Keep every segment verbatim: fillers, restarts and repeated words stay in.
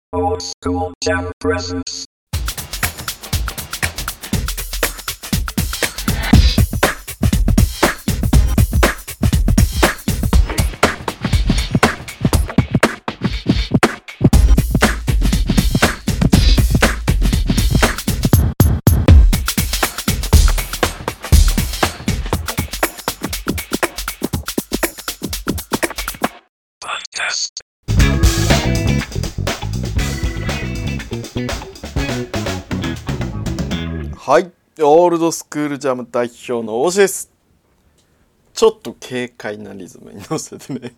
Old School Jam Presents. Podcast. はい、オールドスクールジャム代表の大志です。ちょっと軽快なリズムに乗せてね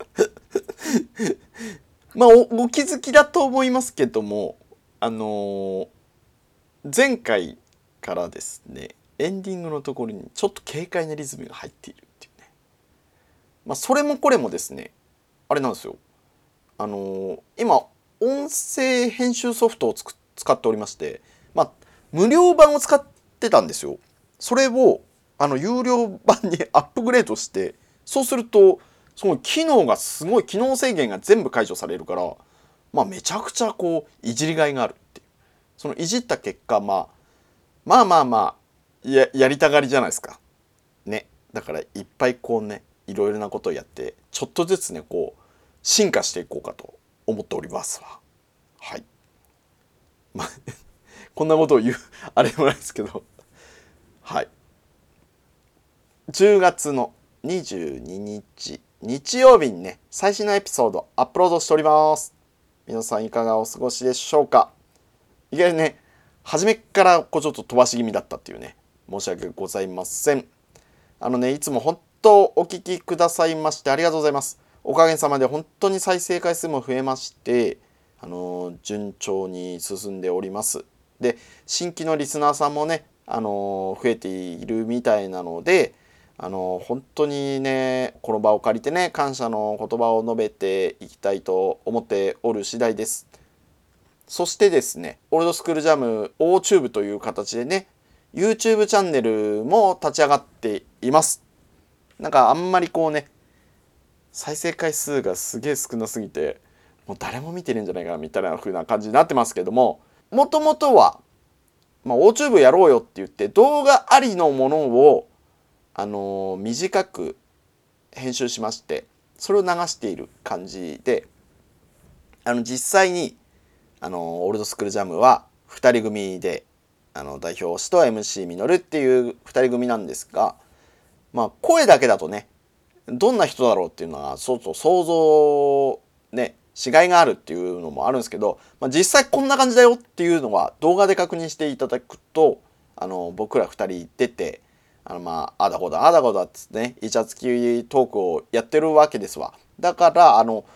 まあ お, お気づきだと思いますけども、あのー、前回からですね、エンディングのところにちょっと軽快なリズムが入っているっていうね。まあそれもこれもですね、あれなんですよ。あのー、今音声編集ソフトをつく使っておりまして、まあ無料版を使ってたんですよ。それをあの有料版にアップグレードして、そうするとその機能がすごい機能制限が全部解除されるから、まあめちゃくちゃこういじりがいがあるっていう。そのいじった結果、まあまあまあまあ や, やりたがりじゃないですか。ね。だからいっぱいこうね、いろいろなことをやってちょっとずつねこう進化していこうかと思っておりますわ。はい。まあこんなことを言うあれもないですけど、はい。じゅうがつのにじゅうににち日曜日にね、最新のエピソードアップロードしております。皆さんいかがお過ごしでしょうか。いきなりね、初めからこうちょっと飛ばし気味だったっていうね、申し訳ございません。あのね、いつも本当お聞きくださいましてありがとうございます。おかげさまで本当に再生回数も増えまして、あのー、順調に進んでおります。で、新規のリスナーさんもね、あのー、増えているみたいなので、あのー、本当にね、この場を借りてね、感謝の言葉を述べていきたいと思っておる次第です。そしてですね、オールドスクールジャム オーチューブ という形でね、YouTube チャンネルも立ち上がっています。なんかあんまりこうね、再生回数がすげえ少なすぎて、もう誰も見てるんじゃないかなみたいな風な感じになってますけども、もともとは、まあ、オーチューブ やろうよって言って動画ありのものを、あのー、短く編集しまして、それを流している感じで、あの実際に、あのー、オールドスクールジャムはふたり組で、あの代表氏と エムシー ミノルっていうふたり組なんですが、まあ声だけだとね、どんな人だろうっていうのはそうそう想像ねしがいがあるっていうのもあるんですけど、まあ、実際こんな感じだよっていうのは動画で確認していただくと、あの僕らふたり出て、あのまああだこだあだこだっつってねイチャつきトークをやってるわけですわ。だからあの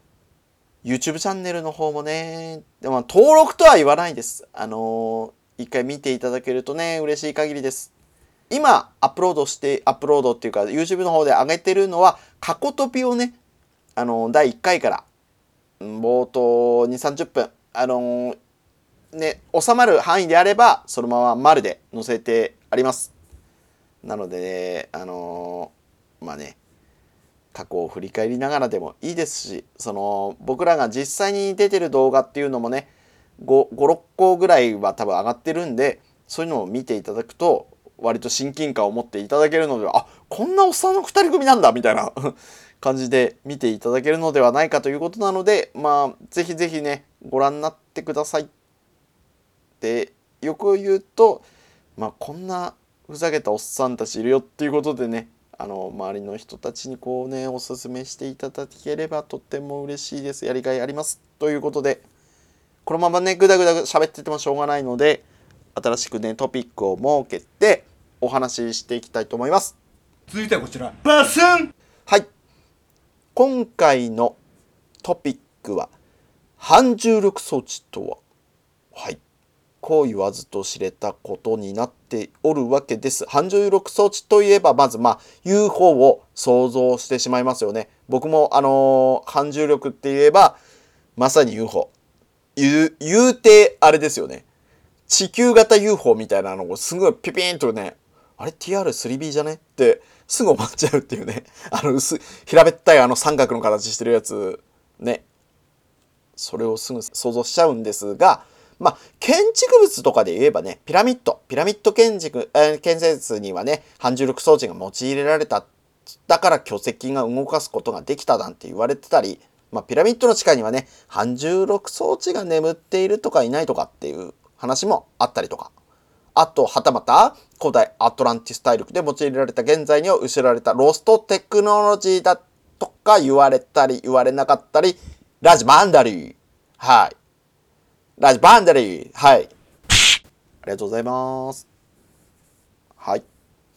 YouTube チャンネルの方もね、でも登録とは言わないです。あの一回見ていただけるとね嬉しい限りです。今アップロードしてアップロードっていうか YouTube の方で上げてるのは過去トピをね、あのだいいっかいから冒頭にじゅうさんじゅっぷんあのね収まる範囲であればそのまま丸で載せてあります。なので、ね、あのまあね過去を振り返りながらでもいいですし、その僕らが実際に出てる動画っていうのもねご、ろっこぐらいは多分上がってるんで、そういうのを見ていただくと割と親近感を持っていただけるのでは、あ、こんなおっさんのふたり組なんだみたいな感じで見ていただけるのではないかということなので、まあぜひぜひねご覧になってください。でよく言うと、まあこんなふざけたおっさんたちいるよっていうことでね、あの周りの人たちにこうねおすすめしていただければとっても嬉しいです。やりがいありますということで、このままねぐだぐだ喋っててもしょうがないので、新しくねトピックを設けてお話ししていきたいと思います。 続いてはこちらバスン。 はい、今回のトピックは反重力装置とは、はい、こう言わずと知れたことになっておるわけです。反重力装置といえばまずまあ ユーフォー を想像してしまいますよね。僕もあのー、反重力って言えばまさに ユーフォー 言う、言うてあれですよね、地球型 ユーフォー みたいなのをすごいピピーンとね、あれ ティーアールスリービー じゃねってすぐ思っちゃうっていうね、あの薄平べったいあの三角の形してるやつね、 それをすぐ想像しちゃうんですが、まあ建築物とかで言えばね、ピラミッドピラミッド建築、えー、建設にはね反重力装置が用いられた、だから巨石が動かすことができたなんて言われてたり、まあ、ピラミッドの地下にはね反重力装置が眠っているとかいないとかっていう話もあったりとか、あとはたまた古代アトランティス大陸で用いられた現在には失われたロストテクノロジーだとか言われたり言われなかったり、ラジバンダリー、はい、ラジバンダリー、はい、ありがとうございます。はい。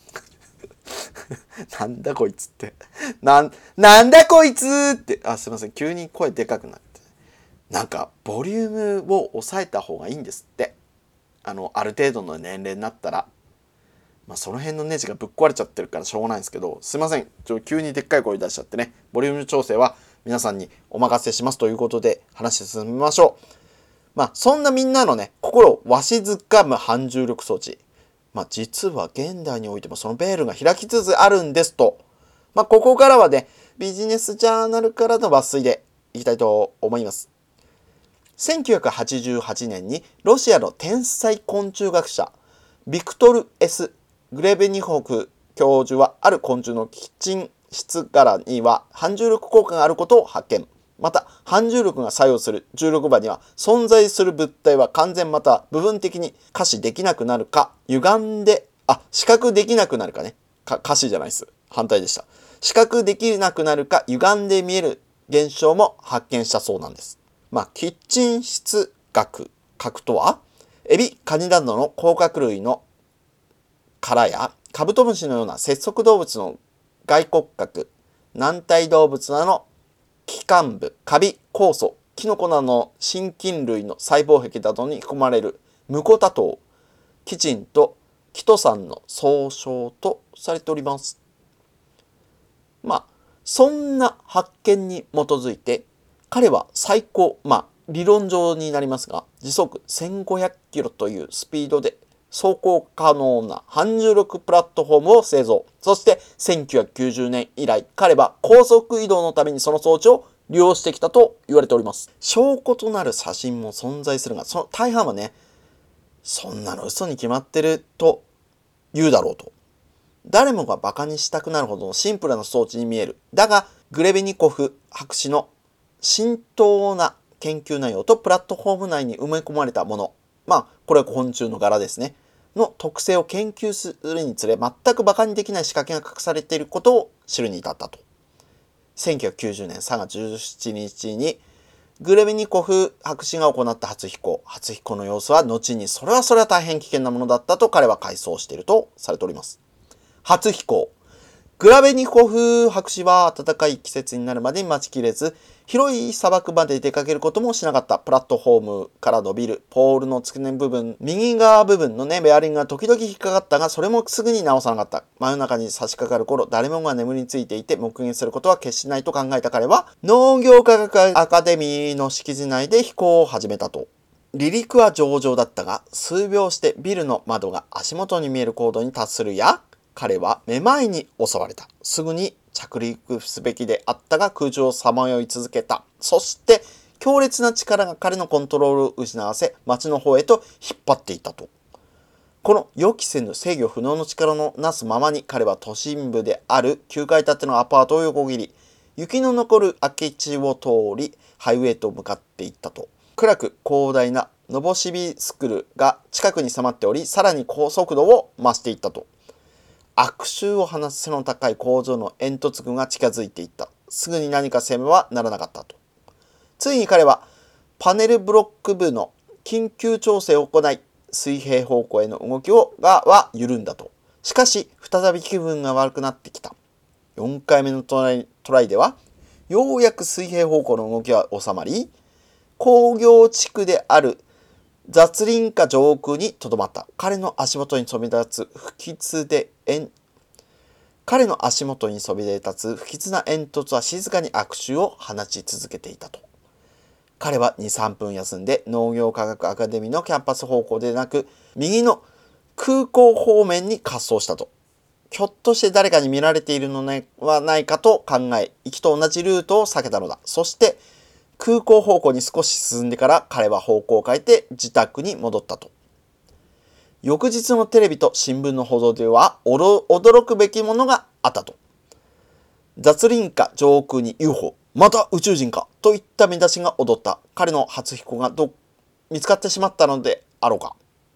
なんだこいつってなん、なんだこいつって、あ、すいません、急に声でかくなって、なんかボリュームを抑えた方がいいんですって。あのある程度の年齢になったら、まあ、その辺のネジがぶっ壊れちゃってるからしょうがないんですけど、すいません、ちょ急にでっかい声出しちゃってね、ボリューム調整は皆さんにお任せしますということで話進めましょう。まあそんなみんなのね心をわしづかむ反重力装置、まあ実は現代においてもそのベールが開きつつあるんですと。まあここからはねビジネスジャーナルからの抜粋でいきたいと思います。せんきゅうひゃくはちじゅうはちねんにロシアの天才昆虫学者ビクトル・エス・グレベニホフ教授はある昆虫のキッチン室柄には反重力効果があることを発見。また反重力が作用する重力場には存在する物体は完全または部分的に可視できなくなるか歪んであ視覚できなくなるかねか可視じゃないです反対でした。視覚できなくなるか歪んで見える現象も発見したそうなんです。まあキッチン室学核とはエビカニなどの甲殻類の殻やカブトムシのような節足動物の外骨格、軟体動物などの器官部、カビ、酵素、キノコなどの真菌類の細胞壁などに含まれるムコタ糖、キチンとキトサンの総称とされております。まあそんな発見に基づいて彼は最高、まあ理論上になりますが時速せんごひゃくキロというスピードで走行可能な反重力プラットフォームを製造。そしてせんきゅうひゃくきゅうじゅうねん以来彼は高速移動のためにその装置を利用してきたと言われております。証拠となる写真も存在するがその大半はねそんなの嘘に決まってると言うだろうと、誰もがバカにしたくなるほどのシンプルな装置に見える。だがグレベニコフ博士の浸透な研究内容とプラットフォーム内に埋め込まれたもの、まあこれは昆虫の柄ですねの特性を研究するにつれ全くバカにできない仕掛けが隠されていることを知るに至ったと。せんきゅうひゃくきゅうじゅうねんさんがつじゅうしちにちにグレベニコフ博士が行った初飛行。初飛行の様子は後にそれはそれは大変危険なものだったと彼は回想しているとされております。初飛行。グラベニコフ博士は暖かい季節になるまでに待ちきれず、広い砂漠まで出かけることもしなかった。プラットフォームから伸びるポールの付け根部分、右側部分のね、ベアリングが時々引っかかったが、それもすぐに直さなかった。真夜中に差し掛かる頃、誰もが眠りについていて目撃することは決しないと考えた彼は、農業科学アカデミーの敷地内で飛行を始めたと。離陸は上々だったが、数秒してビルの窓が足元に見える高度に達するや、彼はめまいに襲われた。すぐに着陸すべきであったが空中をさまよい続けた。そして強烈な力が彼のコントロールを失わせ街の方へと引っ張っていったと。この予期せぬ制御不能の力のなすままに彼は都心部であるきゅうかい建てのアパートを横切り、雪の残る空き地を通りハイウェイと向かっていったと。暗く広大なノボシビスクルが近くに迫っており、さらに高速度を増していったと。悪臭を放つ背の高い構造の煙突群が近づいていった。すぐに何かせねばならなかったと。ついに彼はパネルブロック部の緊急調整を行い、水平方向への動きをがは緩んだと。しかし再び気分が悪くなってきた。よんかいめのトライ、トライではようやく水平方向の動きは収まり、工業地区である雑林下上空にとどまった。彼の足元にそび立つ不吉で煙彼の足元にそびえ立つ不吉な煙突は静かに悪臭を放ち続けていたと。彼はに、さんぷん休んで農業科学アカデミーのキャンパス方向でなく右の空港方面に滑走したと。ひょっとして誰かに見られているのではないかと考え、行きと同じルートを避けたのだ。そして空港方向に少し進んでから彼は方向を変えて自宅に戻ったと。翌日のテレビと新聞の報道では驚くべきものがあったと。雑輪下上空に ユーフォー、また宇宙人かといった見出しが踊った。彼の初飛行がど見つかってしまったのであろうか。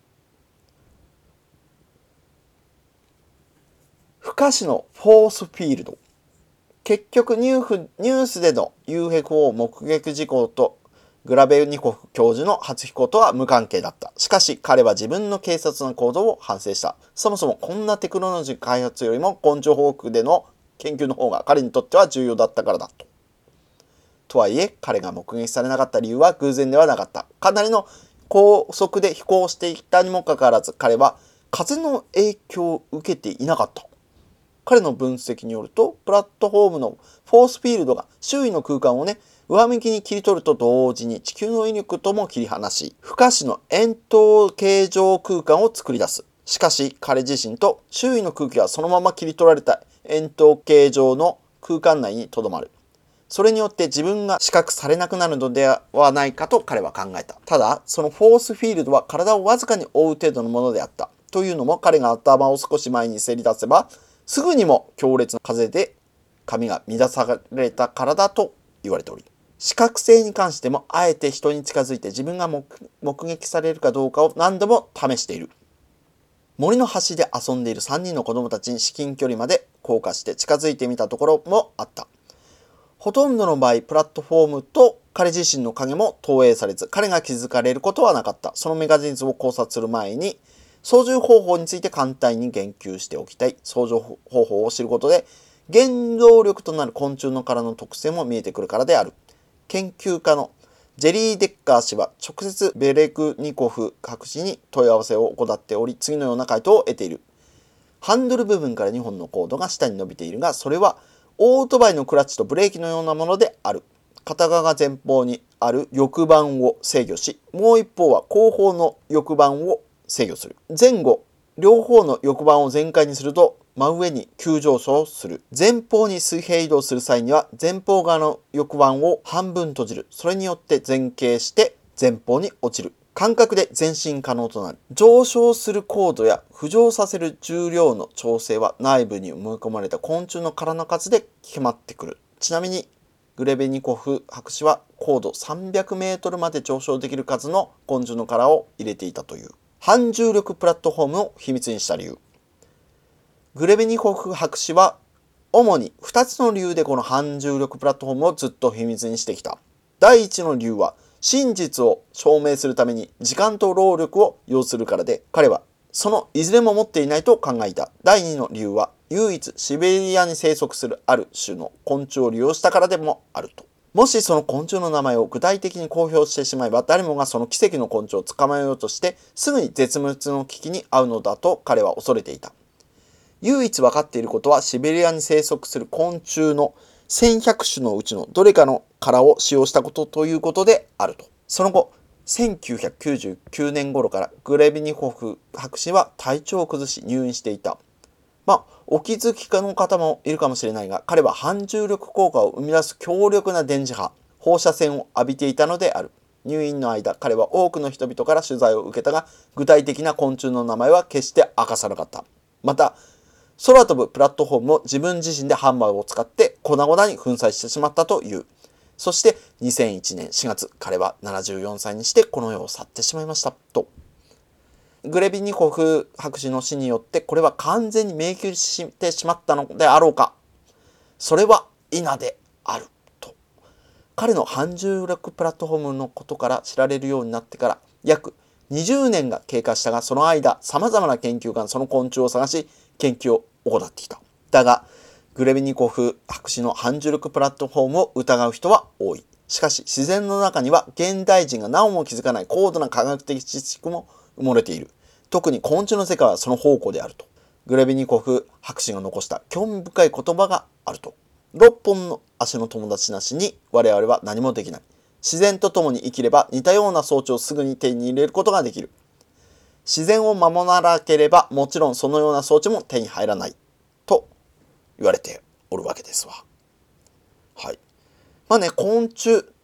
不可視のフォースフィールド。結局ニューフニュースでの ユーエフオー 目撃事項とグラベニコフ教授の初飛行とは無関係だった。しかし彼は自分の軽率な行動を反省した。そもそもこんなテクノロジー開発よりも昆虫保護での研究の方が彼にとっては重要だったからだと。とはいえ彼が目撃されなかった理由は偶然ではなかった。かなりの高速で飛行していたにもかかわらず彼は風の影響を受けていなかった。彼の分析によると、プラットフォームのフォースフィールドが周囲の空間をね、上向きに切り取ると同時に地球の威力とも切り離し、不可視の円筒形状空間を作り出す。しかし彼自身と周囲の空気はそのまま切り取られた円筒形状の空間内にとどまる。それによって自分が視覚されなくなるのではないかと彼は考えた。ただ、そのフォースフィールドは体をわずかに覆う程度のものであった。というのも彼が頭を少し前にせり出せば、すぐにも強烈な風で髪が乱されたからだと言われており、視覚性に関してもあえて人に近づいて自分が目撃されるかどうかを何度も試している。森の端で遊んでいるさんにんの子供たちに至近距離まで降下して近づいてみたところもあった。ほとんどの場合、プラットフォームと彼自身の影も投影されず、彼が気づかれることはなかった。そのメカニズムを考察する前に、操縦方法について簡単に言及しておきたい。操縦方法を知ることで原動力となる昆虫の殻の特性も見えてくるからである。研究家のジェリー・デッカー氏は直接ベレクニコフ博士に問い合わせを行っており、次のような回答を得ている。ハンドル部分からにほんのコードが下に伸びているが、それはオートバイのクラッチとブレーキのようなものである。片側が前方にある翼板を制御し、もう一方は後方の翼板を制御する。前後両方の翼板を全開にすると真上に急上昇する。前方に水平移動する際には前方側の翼板を半分閉じる。それによって前傾して前方に落ちる。感覚で前進可能となる。上昇する高度や浮上させる重量の調整は内部に埋め込まれた昆虫の殻の数で決まってくる。ちなみにグレベニコフ博士は高度さんびゃくメートルまで上昇できる数の昆虫の殻を入れていたという。反重力プラットフォームを秘密にした理由。グレベニコフ博士は主にふたつの理由でこの反重力プラットフォームをずっと秘密にしてきた。第一の理由は真実を証明するために時間と労力を要するからで、彼はそのいずれも持っていないと考えた。第二の理由は唯一シベリアに生息するある種の昆虫を利用したからでもあると。もしその昆虫の名前を具体的に公表してしまえば、誰もがその奇跡の昆虫を捕まえようとしてすぐに絶滅の危機に遭うのだと彼は恐れていた。唯一分かっていることはシベリアに生息する昆虫のせんひゃくしゅのうちのどれかの殻を使用したことということであると。その後せんきゅうひゃくきゅうじゅうきゅうねん頃からグレビニコフ博士は体調を崩し入院していた。まあお気づきの方もいるかもしれないが、彼は反重力効果を生み出す強力な電磁波、放射線を浴びていたのである。入院の間、彼は多くの人々から取材を受けたが、具体的な昆虫の名前は決して明かさなかった。また、空飛ぶプラットフォームを自分自身でハンマーを使って粉々に粉砕してしまったという。そしてにせんいちねんしがつ、彼はななじゅうよんさいにしてこの世を去ってしまいましたと。グレビニコフ博士の死によってこれは完全に迷宮してしまったのであろうか。それは否であると。彼の反重力プラットフォームのことから知られるようになってから約にじゅうねんが経過したが、その間様々な研究家がその昆虫を探し研究を行ってきた。だがグレビニコフ博士の反重力プラットフォームを疑う人は多い。しかし自然の中には現代人がなおも気づかない高度な科学的知識も埋もれている。特に昆虫の世界はその宝庫であると。グレビニコフ博士が残した興味深い言葉があると。ろっぽんの足の友達なしに我々は何もできない。自然と共に生きれば似たような装置をすぐに手に入れることができる。自然を守らなければもちろんそのような装置も手に入らない。と言われておるわけですわ。はい。まあね、昆虫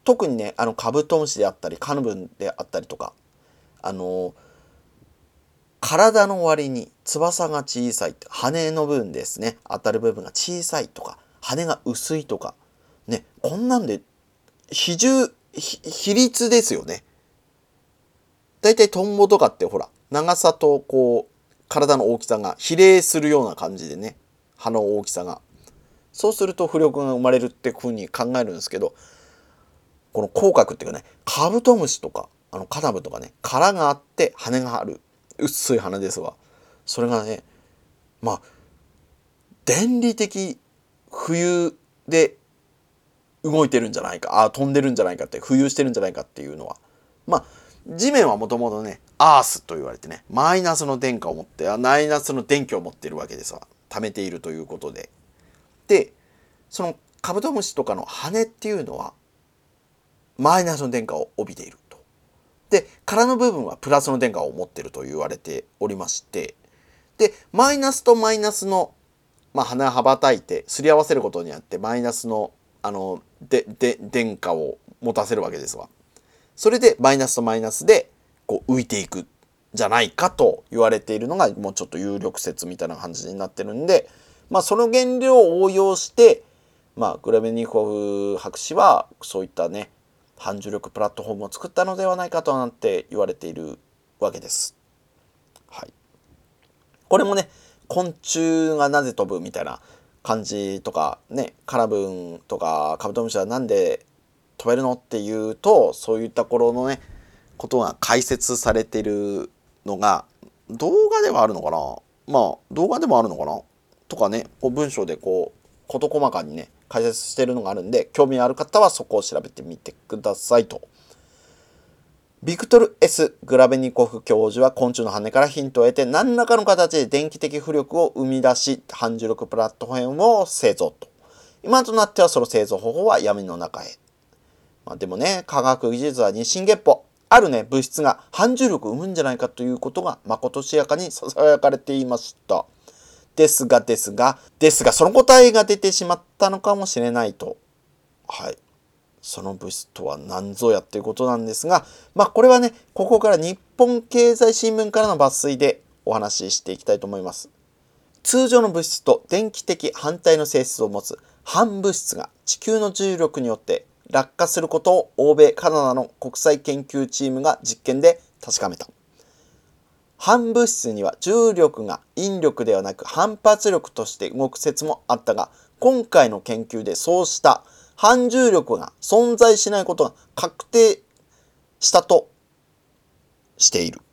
特にね、あのカブトムシであったりカヌブンであったりとか、あの体の割に翼が小さい、羽の部分ですね、当たる部分が小さいとか、羽が薄いとかね、こんなんで比重比比率ですよね。だいたいトンボとかってほら長さとこう体の大きさが比例するような感じでね、葉の大きさが、そうすると浮力が生まれるってふうに考えるんですけど、この口角っていうかね、カブトムシとかあのカナブとかね、殻があって羽がある薄い羽ですわ。それがね、まあ電離的浮遊で動いてるんじゃないか、あ飛んでるんじゃないかって、浮遊してるんじゃないかっていうのは、まあ地面はもともとねアースと言われてね、マイナスの電荷を持ってマイナスの電気を持っているわけですわ。溜めているということで、でそのカブトムシとかの羽っていうのはマイナスの電荷を帯びていると。で殻の部分はプラスの電荷を持っていると言われておりまして、でマイナスとマイナスの、まあ、羽羽ばたいてすり合わせることによってマイナスのあのでで電荷を持たせるわけですわ。それでマイナスとマイナスでこう浮いていくんじゃないかと言われているのが、もうちょっと有力説みたいな感じになってるんで、まあその原理を応用して、まあグラベニコフ博士はそういったね反重力プラットフォームを作ったのではないかとなんて言われているわけです。はい。これもね、昆虫がなぜ飛ぶみたいな感じとかね、カナブンとかカブトムシはなんで飛べるのっていうと、そういった頃のねことが解説されているのが動画ではあるのかな、まあ動画でもあるのかなとかね、こう文章でこう事細かにね解説しているのがあるんで、興味ある方はそこを調べてみてくださいと。ビクトル S グラベニコフ教授は昆虫の羽からヒントを得て何らかの形で電気的浮力を生み出し反重力プラットフォームを製造と。今となってはその製造方法は闇の中へ。まあ、でもね、科学技術は日進月歩。あるね物質が反重力を生むんじゃないかということがまことしやかにささやかれていました。ですがですがですがその答えが出てしまったのかもしれないと。はい。その物質とは何ぞやっていうことなんですが、まあこれはね、ここから日本経済新聞からの抜粋でお話ししていきたいと思います。通常の物質と電気的反対の性質を持つ反物質が地球の重力によって落下することを欧米カナダの国際研究チームが実験で確かめた。反物質には重力が引力ではなく反発力として動く説もあったが、今回の研究でそうした反重力が存在しないことが確定したとしている。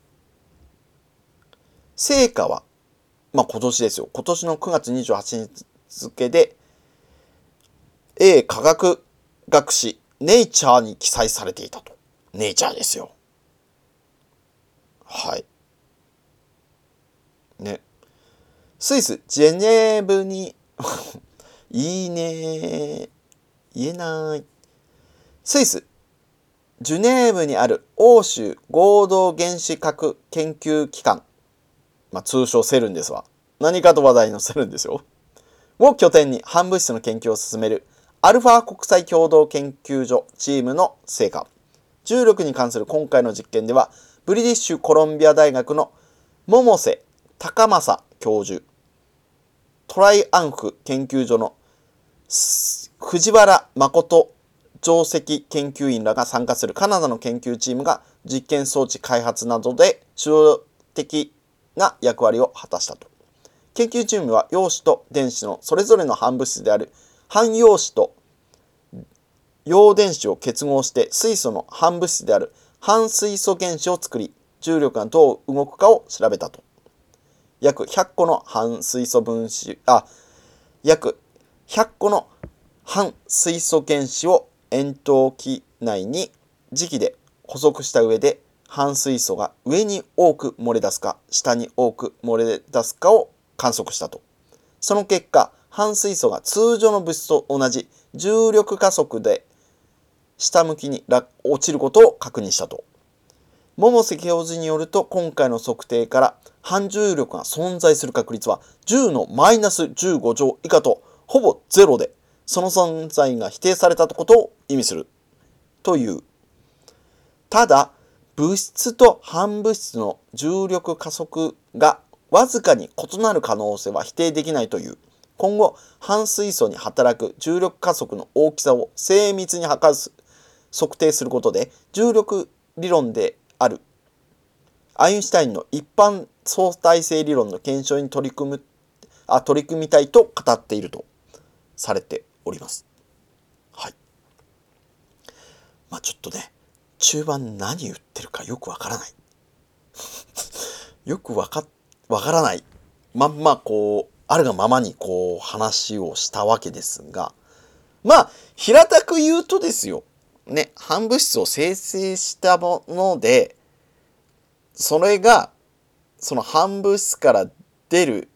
成果は、まあ今年ですよ。今年のくがつにじゅうはちにち付で、A 科学学誌ネイチャーに記載されていたと。ネイチャーですよ。はい。ね。スイス・ジェネーブに、いいね言えない。スイス・ジュネーブにある欧州合同原子核研究機関、まあ、通称セルンですわ。何かと話題のセルンですよ。を拠点に反物質の研究を進めるアルファ国際共同研究所チームの成果。重力に関する今回の実験では、ブリティッシュコロンビア大学の百瀬高正教授、トライアンフ研究所の藤原誠上席研究員らが参加するカナダの研究チームが実験装置開発などで主導的な役割を果たしたと。研究チームは陽子と電子のそれぞれの反物質である反陽子と陽電子を結合して水素の反物質である反水素原子を作り、重力がどう動くかを調べたと。約ひゃっこの反水素分子、あ、約ひゃっこの反水素原子を円筒器内に磁気で補足した上で、反水素が上に多く漏れ出すか下に多く漏れ出すかを観測したと。その結果、反水素が通常の物質と同じ重力加速で下向きに落ちることを確認したと。百瀬教授によると、今回の測定から反重力が存在する確率はじゅうのマイナスじゅうご乗以下とほぼゼロで、その存在が否定されたことを意味する。 という。ただ物質と反物質の重力加速がわずかに異なる可能性は否定できないという。今後反水素に働く重力加速の大きさを精密に測る測定することで重力理論であるアインシュタインの一般相対性理論の検証に取り組むあ取り組みたいと語っているとされております。はい。まあちょっとね、中盤何言ってるかよくわからない。よくわかわからない。まんまこうあるがままにこう話をしたわけですが、まあ平たく言うとですよ。ね、反物質を生成したもので、それがその反物質から出る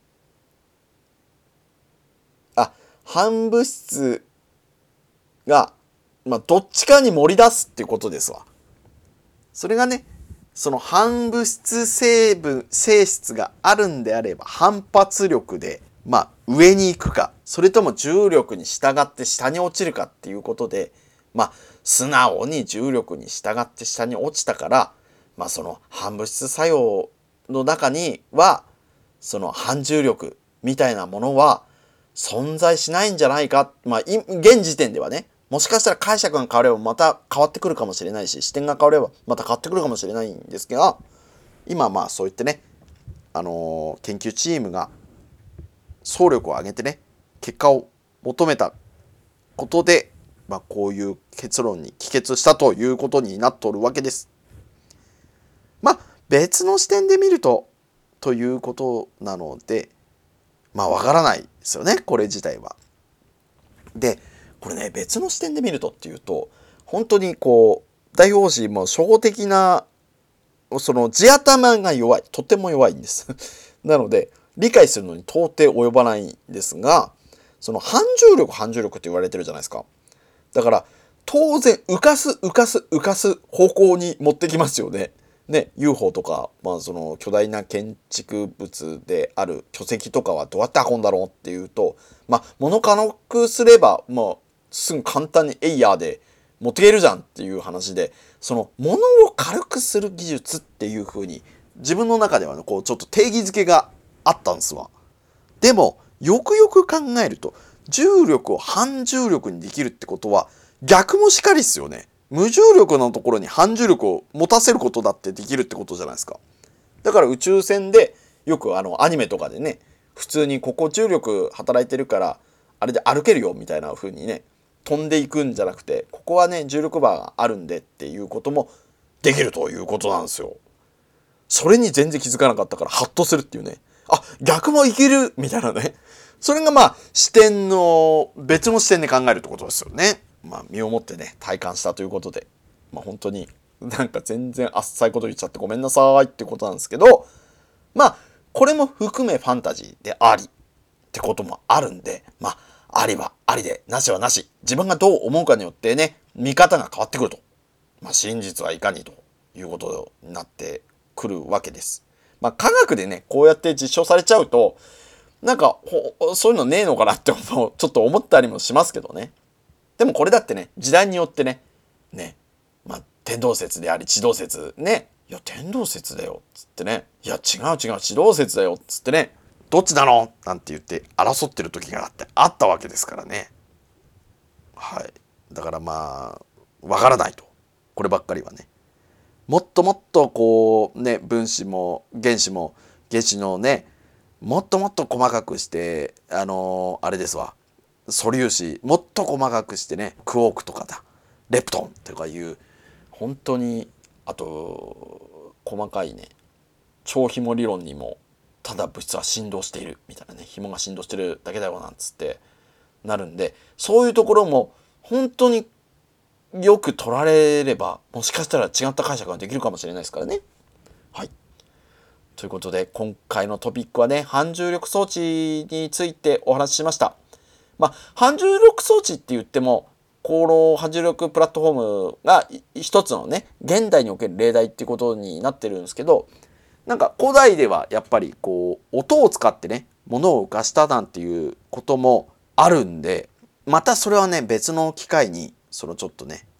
あ反物質がまあどっちかに盛り出すっていうことですわ。それがね、その反物質成分性質があるんであれば反発力でまあ上に行くか、それとも重力に従って下に落ちるかっていうことで、まあ素直に重力に従って下に落ちたから、まあその反物質作用の中にはその反重力みたいなものは存在しないんじゃないか。まあ現時点ではね、もしかしたら解釈が変わればまた変わってくるかもしれないし、視点が変わればまた変わってくるかもしれないんですが、今まあそう言ってね、あのー、研究チームが総力を挙げてね、結果を求めたことで、まあ、こういう結論に帰結したということになっておるわけです。まあ別の視点で見るとということなので、まあわからないですよね、これ自体は。でこれね、別の視点で見るとっていうと、本当にこう大王子も初歩的なその地頭が弱い、とても弱いんですなので理解するのに到底及ばないんですが、その反重力反重力って言われてるじゃないですか。だから当然浮かす浮かす浮かす方向に持ってきますよね。ね、ユーフォー とか、まあ、その巨大な建築物である巨石とかはどうやって運んだろうっていうと、まあ物軽くすればもうすぐ簡単にエイヤーで持っていけるじゃんっていう話で、その物を軽くする技術っていう風に自分の中ではね、こうちょっと定義づけがあったんですわ。でもよくよく考えると、重力を反重力にできるってことは逆もしかりっすよね。無重力のところに反重力を持たせることだってできるってことじゃないですか。だから宇宙船でよくあのアニメとかでね、普通にここ重力働いてるからあれで歩けるよみたいな風にね、飛んでいくんじゃなくて、ここはね重力バーがあるんでっていうこともできるということなんですよ。それに全然気づかなかったからハッとするっていうね。あ、逆もいけるみたいなね。それがまあ視点の別の視点で考えるってことですよね。まあ身をもってね体感したということで、まあ本当になんか全然あっさいこと言っちゃってごめんなさいってことなんですけど、まあこれも含めファンタジーでありってこともあるんで、まあありはありでなしはなし、自分がどう思うかによってね見方が変わってくると、まあ真実はいかにということになってくるわけです。まあ科学でねこうやって実証されちゃうとなんかそういうのねえのかなって思うちょっと思ったりもしますけどね。でもこれだってね時代によってねねまあ天動説であり地動説ね、いや天動説だよっつってね、いや違う違う地動説だよっつってね、どっちだのなんて言って争ってる時があってあったわけですからね。はい。だからまあわからないと、こればっかりはね。もっともっとこうね分子も原子も原子のねもっともっと細かくしてあのー、あれですわ、素粒子もっと細かくしてねクォークとかだレプトンとかいう本当に、あと細かいね超紐理論にもただ物質は振動しているみたいなね、紐が振動してるだけだよなんつってなるんで、そういうところも本当によく取られればもしかしたら違った解釈ができるかもしれないですからね。はい。ということで今回のトピックはね反重力装置についてお話ししました。まあ反重力装置って言ってもこの反重力プラットフォームが一つのね現代における例題っていうことになってるんですけど、なんか古代ではやっぱりこう音を使ってね物を浮かしたなんていうこともあるんで、またそれはね別の機会にそのちょっとね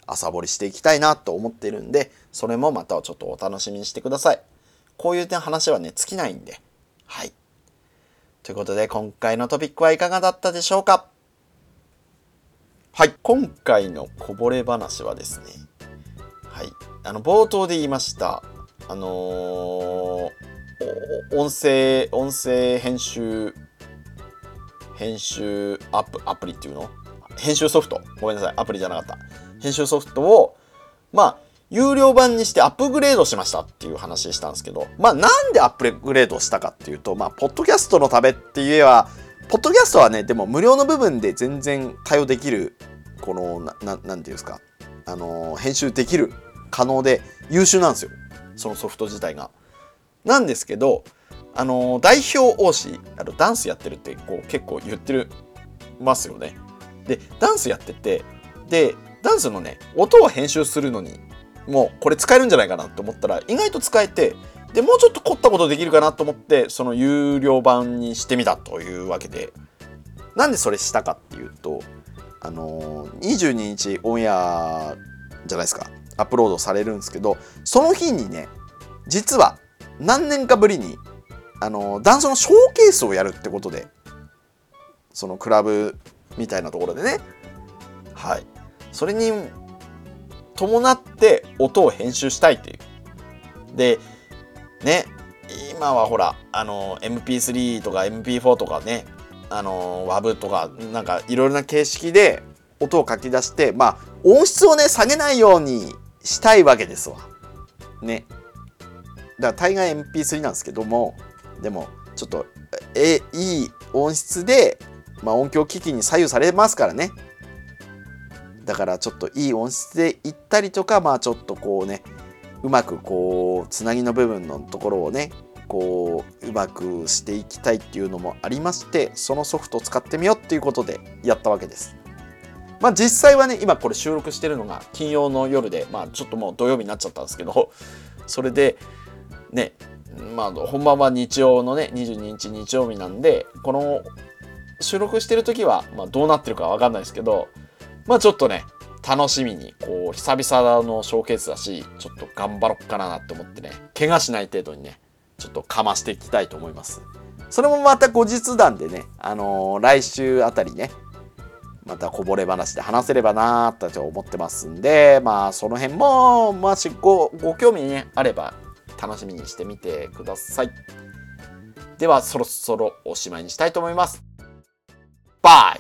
朝掘りしていきたいなと思っているんで、それもまたちょっとお楽しみにしてください。こういう点話はね、尽きないんで。はい。ということで、今回のトピックはいかがだったでしょうか？はい。今回のこぼれ話はですね、はい。あの、冒頭で言いました、あのー、音声、音声編集、編集アプ、アプリっていうの？編集ソフト。ごめんなさい。アプリじゃなかった。編集ソフトを、まあ、有料版にしてアップグレードしましたっていう話したんですけど、まあ、なんでアップグレードしたかっていうと、まあ、ポッドキャストのためって言えば、ポッドキャストはね、でも無料の部分で全然対応できる、この、な、ななんていうんですか、あのー、編集できる、可能で優秀なんですよ。そのソフト自体が。なんですけど、あのー、代表講師、あのダンスやってるってこう結構言ってるますよね。で、ダンスやってて、で、ダンスのね、音を編集するのに、もうこれ使えるんじゃないかなと思ったら、意外と使えて、で、もうちょっと凝ったことできるかなと思って、その有料版にしてみたというわけで、なんでそれしたかっていうと、あのー、にじゅうににちオンエアじゃないですか、アップロードされるんですけど、その日にね、実は何年かぶりに、あのー、ダンスのショーケースをやるってことで、そのクラブみたいなところでね、はい。それに伴って音を編集したいっていう。で、ね、今はほら、あの、エムピースリー とか エムピーフォー とかね、あの、ワブ とか、なんかいろいろな形式で音を書き出して、まあ、音質をね、下げないようにしたいわけですわ。ね。だから大概 エムピースリー なんですけども、でも、ちょっと、え、いい音質で、まあ、音響機器に左右されますからね。だからちょっといい音質でいったりとか、まあちょっとこうね、うまくこうつなぎの部分のところをね、こううまくしていきたいっていうのもありまして、そのソフトを使ってみようっていうことでやったわけです。まあ実際はね、今これ収録してるのが金曜の夜で、まあちょっともう土曜日になっちゃったんですけど、それでね、まあ本番は日曜のね、にじゅうににち日曜日なんで、この収録してる時はまあどうなってるかわかんないですけど、まあちょっとね、楽しみに、こう、久々のショーケースだし、ちょっと頑張ろっかなって思ってね、怪我しない程度にね、ちょっとかましていきたいと思います。それもまた後日談でね、あのー、来週あたりね、またこぼれ話で話せればなーと思ってますんで、まあその辺も、もしご、ご興味ね、あれば楽しみにしてみてください。では、そろそろおしまいにしたいと思います。バイ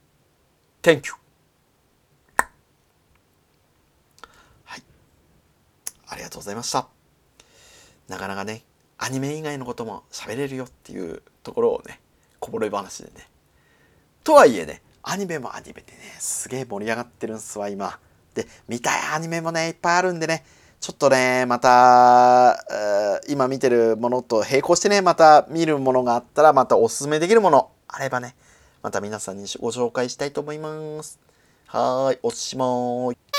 !Thank you! ありがとうございました。なかなかね、アニメ以外のことも喋れるよっていうところをね、こぼれ話でね。とはいえね、アニメもアニメでね、すげえ盛り上がってるんすわ、今。で、見たいアニメもね、いっぱいあるんでね、ちょっとね、また、今見てるものと並行してね、また見るものがあったら、またおすすめできるものあればね、また皆さんにご紹介したいと思います。はーい、おしまーい。